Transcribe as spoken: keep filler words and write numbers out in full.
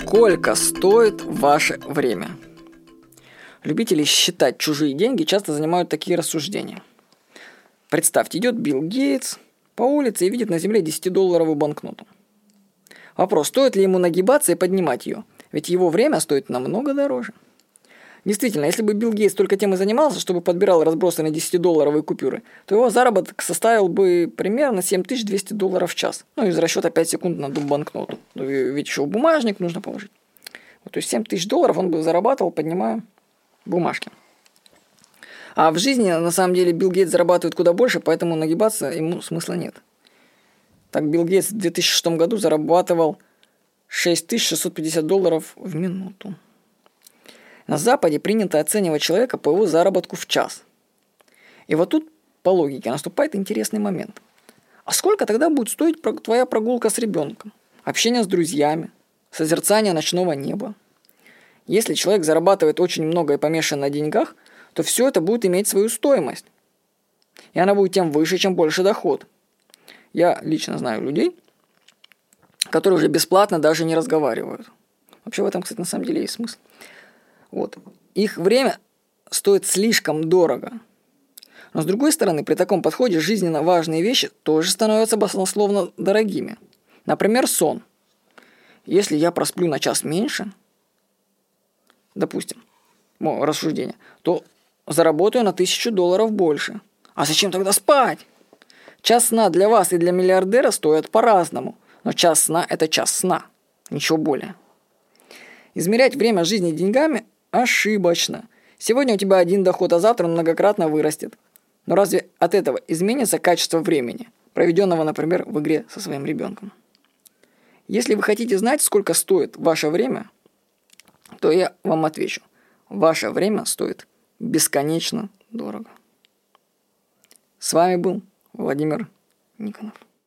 Сколько стоит ваше время? Любители считать чужие деньги часто занимают такие рассуждения. Представьте, идет Билл Гейтс по улице и видит на земле десятидолларовую банкноту. Вопрос, стоит ли ему нагибаться и поднимать ее? Ведь его время стоит намного дороже. Действительно, если бы Билл Гейтс только тем и занимался, чтобы подбирал разбросанные десятидолларовые купюры, то его заработок составил бы примерно семь тысяч двести долларов в час. Ну, из расчета пять секунд на одну банкноту. Ну, ведь еще в бумажник нужно положить. Вот, то есть семь тысяч долларов он бы зарабатывал, поднимая бумажки. А в жизни, на самом деле, Билл Гейтс зарабатывает куда больше, поэтому нагибаться ему смысла нет. Так, Билл Гейтс в две тысячи шестом году зарабатывал шесть тысяч шестьсот пятьдесят долларов в минуту. На Западе принято оценивать человека по его заработку в час. И вот тут, по логике, наступает интересный момент. А сколько тогда будет стоить твоя прогулка с ребенком, общение с друзьями, созерцание ночного неба? Если человек зарабатывает очень много и помешан на деньгах, то все это будет иметь свою стоимость. И она будет тем выше, чем больше доход. Я лично знаю людей, которые уже бесплатно даже не разговаривают. Вообще в этом, кстати, на самом деле есть смысл. Вот. Их время стоит слишком дорого. Но с другой стороны, при таком подходе жизненно важные вещи тоже становятся баснословно дорогими. Например, сон. Если я просплю на час меньше, допустим, рассуждение, то заработаю на тысячу долларов больше. А зачем тогда спать? Час сна для вас и для миллиардера стоит по-разному. Но час сна – это час сна. Ничего более. Измерять время жизни деньгами ошибочно. Сегодня у тебя один доход, а завтра он многократно вырастет. Но разве от этого изменится качество времени, проведенного, например, в игре со своим ребенком? Если вы хотите знать, сколько стоит ваше время, то я вам отвечу. Ваше время стоит бесконечно дорого. С вами был Владимир Никонов.